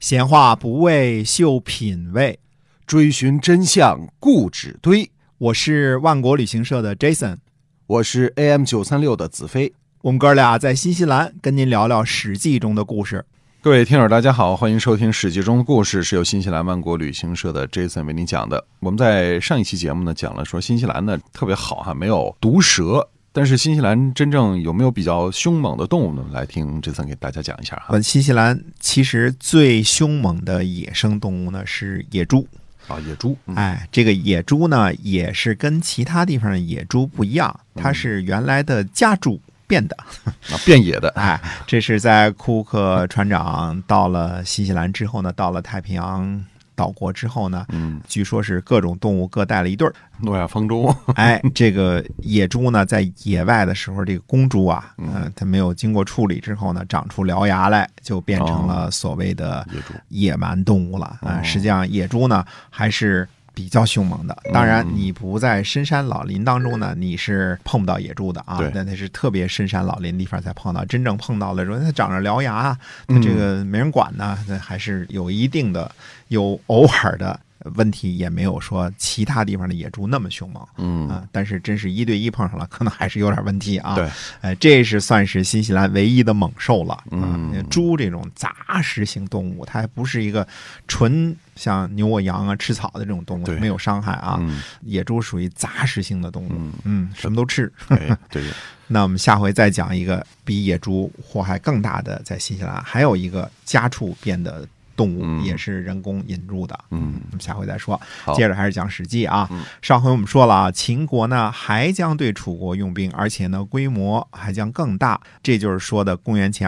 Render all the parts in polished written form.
闲话不为秀品味， 追寻真相固执堆。 我是万国旅行社的 Jason， 我是 AM936 的子飞。 我们哥俩在新西兰跟您聊聊史记中的故事。 各位听友大家好，欢迎收听史记中的故事，是由新西兰万国旅行社的 Jason 为您讲的。我们在上一期节目呢讲了说新西兰呢特别好哈，没有毒蛇。但是新西兰真正有没有比较凶猛的动物呢？来听这次给大家讲一下哈。 新西兰其实最凶猛的野生动物呢是野猪啊，野猪。 这个野猪呢也是跟其他地方的野猪不一样，它是原来的家猪变的变野的。 这是在库克船长到了新西兰之后呢，到了太平洋岛国之后呢，据说是各种动物各带了一对儿。 诺亚方舟。 这个野猪呢，在野外的时候，这个公猪啊，它没有经过处理之后呢，长出獠牙来，就变成了所谓的野蛮动物了。实际上，野猪呢还是比较凶猛的。当然，你不在深山老林当中呢，你是碰不到野猪的啊。但它是特别深山老林地方才碰到，真正碰到的时候，它长着獠牙，它这个没人管呢，还是有一定的，有偶尔的问题，也没有说其他地方的野猪那么凶猛。但是真是一对一碰上了，可能还是有点问题啊。 对， 这是算是新西兰唯一的猛兽了。猪这种杂食性动物，它还不是一个纯像牛啊羊啊吃草的这种动物，没有伤害啊。野猪属于杂食性的动物，什么都吃。 对。 那我们下回再讲一个比野猪祸害更大的，在新西兰还有一个家畜变的动物，也是人工引入的。我们下回再说。接着还是讲史记啊。上回我们说了啊，秦国呢还将对楚国用兵，而且呢规模还将更大。这就是说的公元前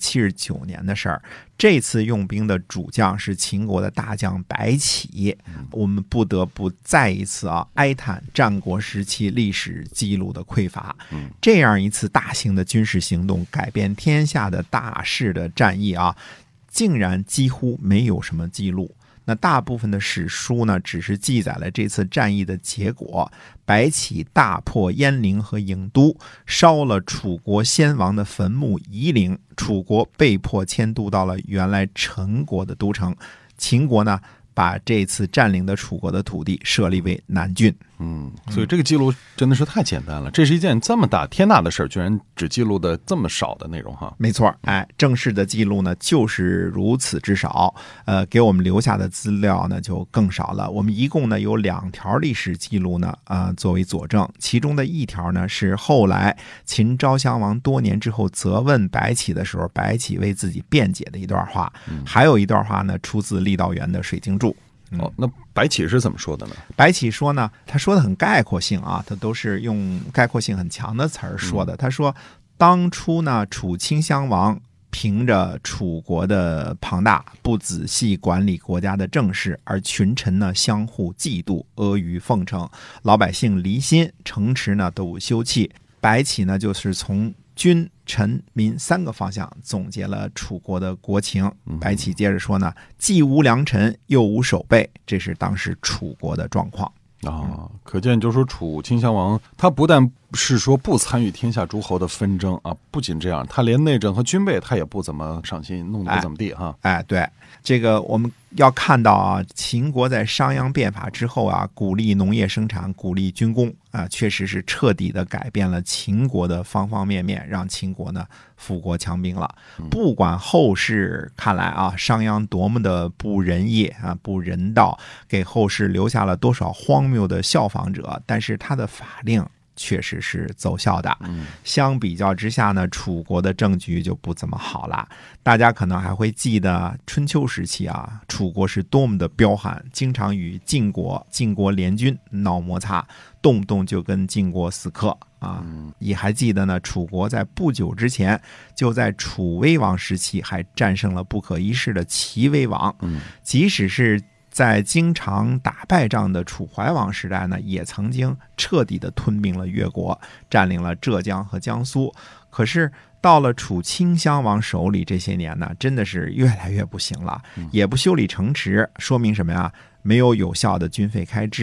279年的事儿。这次用兵的主将是秦国的大将白起。我们不得不再一次哀叹战国时期历史记录的匮乏。这样一次大型的军事行动，改变天下的大势的战役啊，竟然几乎没有什么记录。那大部分的史书呢，只是记载了这次战役的结果。白起大破鄢陵和郢都，烧了楚国先王的坟墓夷陵，楚国被迫迁都到了原来陈国的都城。秦国呢，把这次占领的楚国的土地设立为南郡。 所以这个记录真的是太简单了。这是一件这么大天大的事儿，居然只记录的这么少的内容哈。 没错，正式的记录呢就是如此之少。给我们留下的资料呢就更少了。我们一共呢有2条历史记录呢作为佐证，其中的一条呢是后来秦昭襄王多年之后责问白起的时候，白起为自己辩解的一段话。还有一段话呢出自郦道元的《水经注》。 那白起是怎么说的呢？ 白起说呢，他说的很概括性啊，他都是用概括性很强的词儿说的。他说，当初呢，楚顷襄王凭着楚国的庞大，不仔细管理国家的政事，而群臣呢相互嫉妒，阿谀奉承，老百姓离心，城池呢都休憩。白起呢就是从君臣民3个方向总结了楚国的国情。白起接着说呢，既无良臣又无守备，这是当时楚国的状况。 可见就是说楚顷襄王他不但是说不参与天下诸侯的纷争啊，不仅这样，他连内政和军备他也不怎么上心，弄得不怎么地哈。 对，这个我们要看到啊，秦国在商鞅变法之后啊，鼓励农业生产，鼓励军工啊，确实是彻底的改变了秦国的方方面面，让秦国呢富国强兵了。不管后世看来啊，商鞅多么的不仁义啊，不人道，给后世留下了多少荒谬的效仿者，但是他的法令确实是奏效的。相比较之下呢，楚国的政局就不怎么好了。大家可能还会记得春秋时期啊，楚国是多么的彪悍，经常与晋国联军闹摩擦，动不动就跟晋国死磕啊。也还记得呢，楚国在不久之前就在楚威王时期还战胜了不可一世的齐威王。即使是在经常打败仗的楚怀王时代呢，也曾经彻底的吞并了越国，占领了浙江和江苏。可是到了楚顷襄王手里，这些年呢，真的是越来越不行了，也不修理城池，说明什么呀？没有有效的军费开支，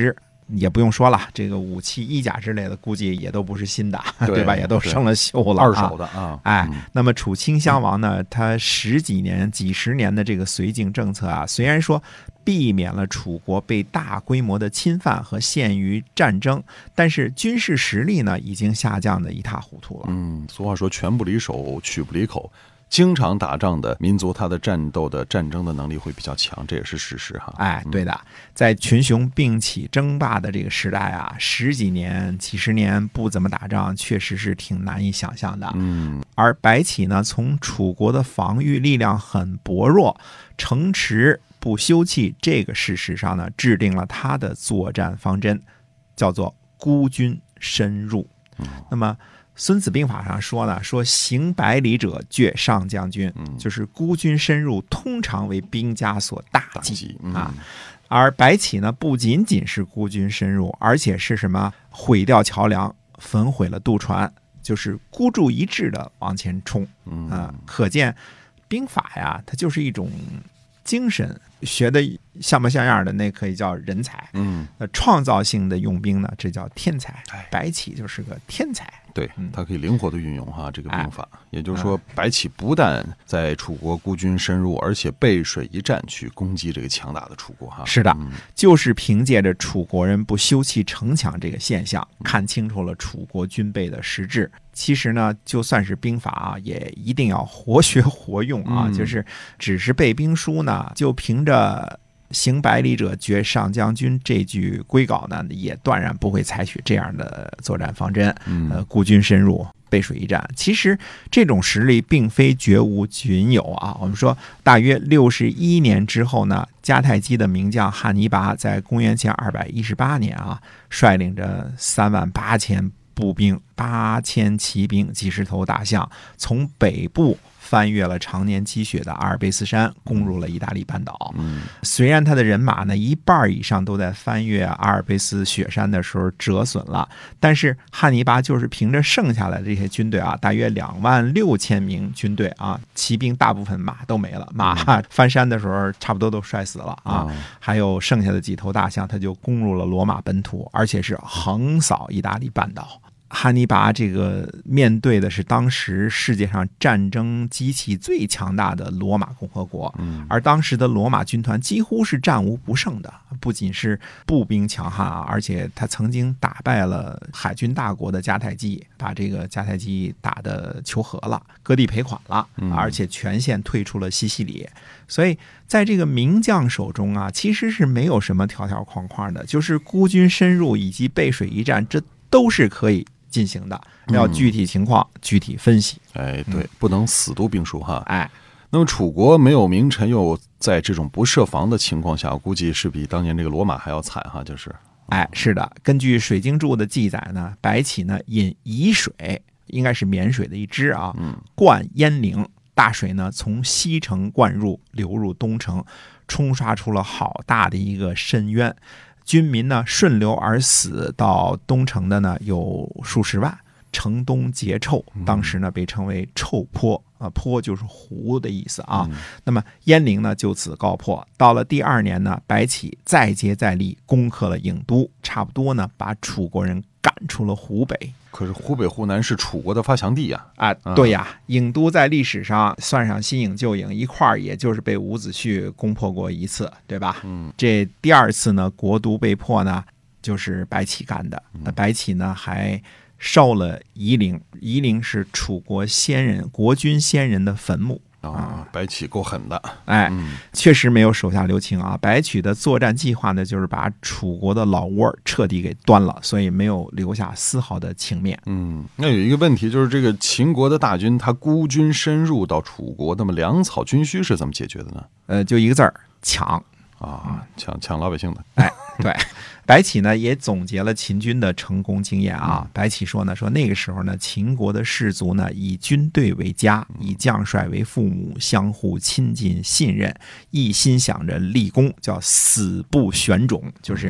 也不用说了，这个武器衣甲之类的估计也都不是新的，对吧？也都生了锈了， 二手的啊。 那么楚顷襄王呢，他十几年、几十年的这个绥靖政策啊，虽然说避免了楚国被大规模的侵犯和陷于战争，但是军事实力呢，已经下降的一塌糊涂了。 俗话说拳不离手，曲不离口。经常打仗的民族，他的战争的能力会比较强，这也是事实哈。 对的，在群雄并起争霸的这个时代啊，十几年、几十年不怎么打仗，确实是挺难以想象的。而白起呢，从楚国的防御力量很薄弱，城池不修葺这个事实上呢，制定了他的作战方针，叫做孤军深入。那么孙子兵法上说呢，说行百里者决上将军，就是孤军深入通常为兵家所大忌啊。而白起呢，不仅仅是孤军深入，而且是什么毁掉桥梁，焚毁了渡船，就是孤注一掷的往前冲可见兵法呀，它就是一种精神，学的像不像样的那可以叫人才，创造性的用兵呢，这叫天才。白起就是个天才。 对，他可以灵活的运用这个兵法，也就是说，白起不但在楚国孤军深入，而且背水一战去攻击这个强大的楚国是的，就是凭借着楚国人不修葺城墙这个现象，看清楚了楚国军备的实质。其实呢，就算是兵法也一定要活学活用就是只是背兵书呢，就凭着行百里者决上将军这句归稿呢，也断然不会采取这样的作战方针。孤军深入，背水一战。其实这种实力并非绝无仅有我们说，大约61年之后呢，迦太基的名将汉尼拔在公元前218年率领着38000步兵、8000骑兵、几十头大象，从北部翻越了常年积雪的阿尔卑斯山，攻入了意大利半岛。虽然他的人马呢一半以上都在翻越阿尔卑斯雪山的时候折损了，但是汉尼拔就是凭着剩下来的这些军队大约26000名军队骑兵大部分马都没了，马翻山的时候差不多都摔死了还有剩下的几头大象，他就攻入了罗马本土，而且是横扫意大利半岛。汉尼拔这个面对的是当时世界上战争机器最强大的罗马共和国，而当时的罗马军团几乎是战无不胜的，不仅是步兵强悍而且他曾经打败了海军大国的迦太基，把这个迦太基打得求和了，割地赔款了，而且全线退出了西西里。所以在这个名将手中其实是没有什么条条框框的，就是孤军深入以及背水一战，这都是可以进行的，要具体情况具体分析。 对，不能死读兵书那么楚国没有名臣，又在这种不设防的情况下，估计是比当年这个罗马还要惨就是是的，根据《水经注》的记载呢，白起呢引沂水，应该是沔水的一支灌鄢陵，大水呢从西城灌入，流入东城，冲刷出了好大的一个深渊。军民呢顺流而死到东城的呢有数十万，城东结臭，当时呢被称为臭坡坡就是湖的意思那么鄢陵呢就此告破。到了第2年呢，白起再接再厉，攻克了郢都，差不多呢把楚国人赶出了湖北。 可是湖北湖南是楚国的发祥地对呀，郢都在历史上算上新郢旧郢一块儿，也就是被伍子胥攻破过一次，对吧？这第2次呢，国都被破呢，就是白起干的。白起呢还烧了夷陵，夷陵是楚国先人、国君先人的坟墓。 白起够狠的， 确实没有手下留情白起的作战计划呢，就是把楚国的老窝彻底给端了，所以没有留下丝毫的情面。 那有一个问题，就是这个秦国的大军，他孤军深入到楚国，那么粮草军需是怎么解决的呢？ 就一个字儿，抢抢老百姓的。 对，白起呢也总结了秦军的成功经验白起说那个时候呢，秦国的士卒呢以军队为家，以将帅为父母，相互亲近信任，一心想着立功，叫死不选种，就是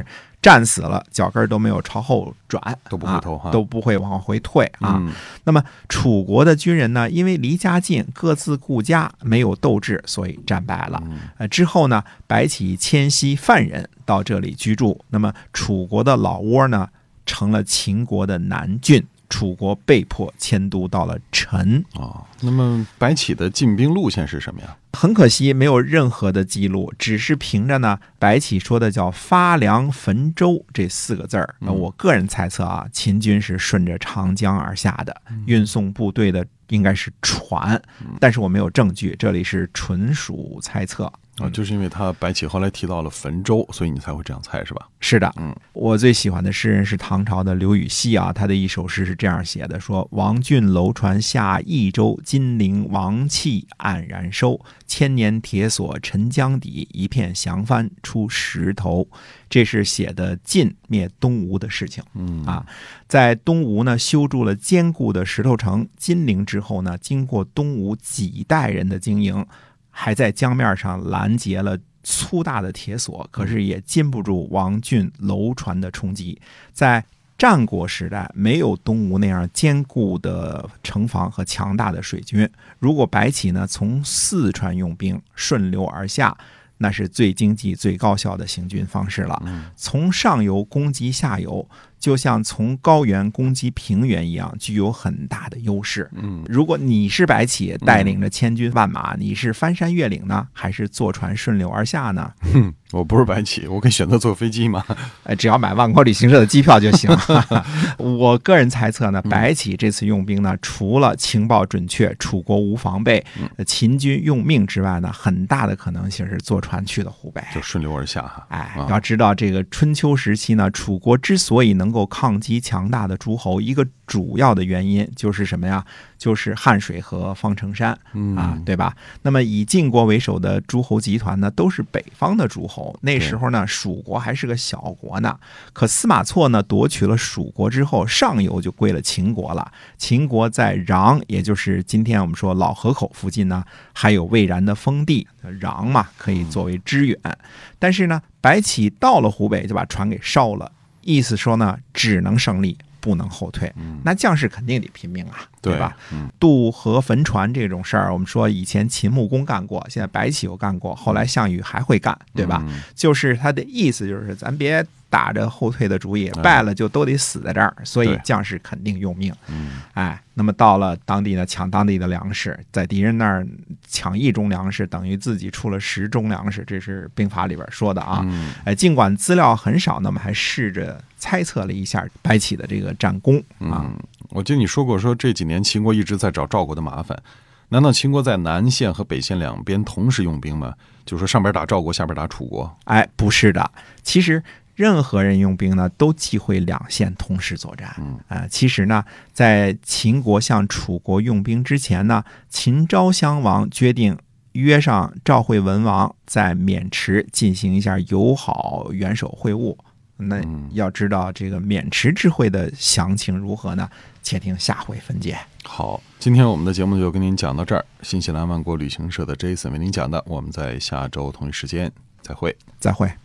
战死了，脚跟都没有朝后转， 都不回头都不会往回退啊。那么楚国的军人呢，因为离家近，各自顾家，没有斗志，所以战败了。之后呢，白起迁徙犯人到这里居住，那么楚国的老窝呢，成了秦国的南郡。楚国被迫迁都到了陈。 那么白起的进兵路线是什么呀？ 很可惜没有任何的记录，只是凭着呢白起说的叫发梁汾州这4个字儿。我个人猜测啊，秦军是顺着长江而下的，运送部队的应该是船，但是我没有证据，这里是纯属猜测。 就是因为他白起后来提到了汾州，所以你才会这样猜是吧？ 是的，我最喜欢的诗人是唐朝的刘禹锡啊，他的一首诗是这样写的，说王浚楼船下益州，金陵王气黯然收，千年铁锁沉江底，一片降帆出石头。这是写的晋灭东吴的事情在东吴呢修筑了坚固的石头城金陵之后呢，经过东吴几代人的经营，还在江面上拦截了粗大的铁索，可是也禁不住王浚楼船的冲击。在战国时代，没有东吴那样坚固的城防和强大的水军。如果白起呢从四川用兵，顺流而下，那是最经济最高效的行军方式了。从上游攻击下游，就像从高原攻击平原一样，具有很大的优势。如果你是白起带领着千军万马，你是翻山越岭呢，还是坐船顺流而下呢？ 我不是白起，我可以选择坐飞机吗？ 只要买万国旅行社的机票就行了。我个人猜测呢，白起这次用兵呢，除了情报准确，楚国无防备，秦军用命之外呢，很大的可能性是坐船去的湖北， 就顺流而下哈。 要知道这个春秋时期呢，楚国之所以能够抗击强大的诸侯，一个主要的原因就是什么呀？就是汉水和方城山对吧？那么以晋国为首的诸侯集团呢，都是北方的诸侯。那时候呢，蜀国还是个小国呢。可司马错呢夺取了蜀国之后，上游就归了秦国了。秦国在壤，也就是今天我们说老河口附近呢，还有魏然的封地壤嘛，可以作为支援。但是呢，白起到了湖北就把船给烧了，意思说呢，只能胜利，不能后退。那将士肯定得拼命啊，对吧？渡河汾船这种事儿，我们说以前秦穆公干过，现在白起有干过，后来项羽还会干，对吧？就是他的意思就是咱别打着后退的主意，败了就都得死在这儿，所以将士肯定用命。那么到了当地呢，抢当地的粮食，在敌人那儿抢1中粮食，等于自己出了10中粮食，这是兵法里边说的啊。尽管资料很少，那么还试着猜测了一下白起的这个战功啊。 我记得你说过，说这几年秦国一直在找赵国的麻烦，难道秦国在南线和北线两边同时用兵吗？就是说上边打赵国，下边打楚国？ 不是的，其实任何人用兵呢，都忌讳两线同时作战。其实呢，在秦国向楚国用兵之前呢，秦昭襄王约上赵惠文王在渑池进行一下友好元首会晤。那要知道这个渑池之会的详情如何呢？且听下回分解。 好，今天我们的节目就跟您讲到这儿。新西兰万国旅行社的 Jason 为您讲的，我们在下周同一时间再会。